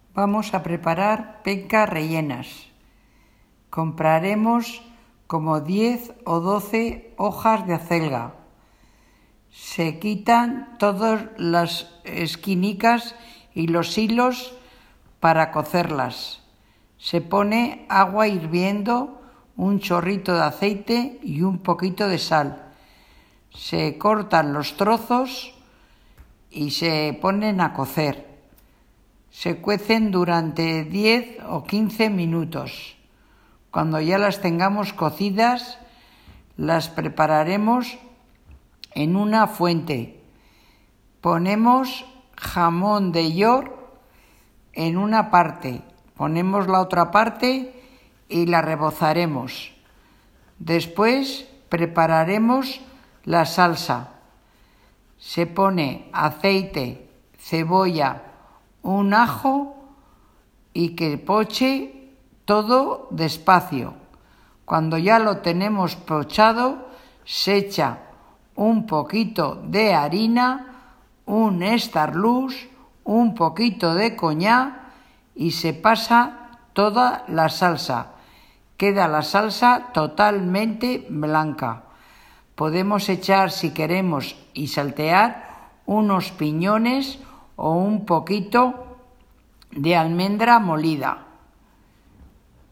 Vamos a preparar pencas rellenas. Compraremos como 10 o 12 hojas de acelga. Se quitan todas las esquinicas y los hilos para cocerlas. Se pone agua hirviendo, un chorrito de aceite y un poquito de sal. Se cortan los trozos y se ponen a cocer. Se cuecen durante 10 o 15 minutos. Cuando ya las tengamos cocidas, las prepararemos en una fuente. Ponemos jamón de York en una parte, ponemos la otra parte y la rebozaremos. Después prepararemos la salsa. Se pone aceite, cebolla, un ajo y que poche todo despacio. Cuando ya lo tenemos pochado, se echa un poquito de harina, un Starlux, un poquito de coñac y se pasa toda la salsa. Queda la salsa totalmente blanca. Podemos echar, si queremos, y saltear unos piñones o un poquito de almendra molida.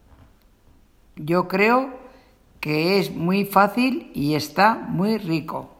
Yo creo que es muy fácil y está muy rico.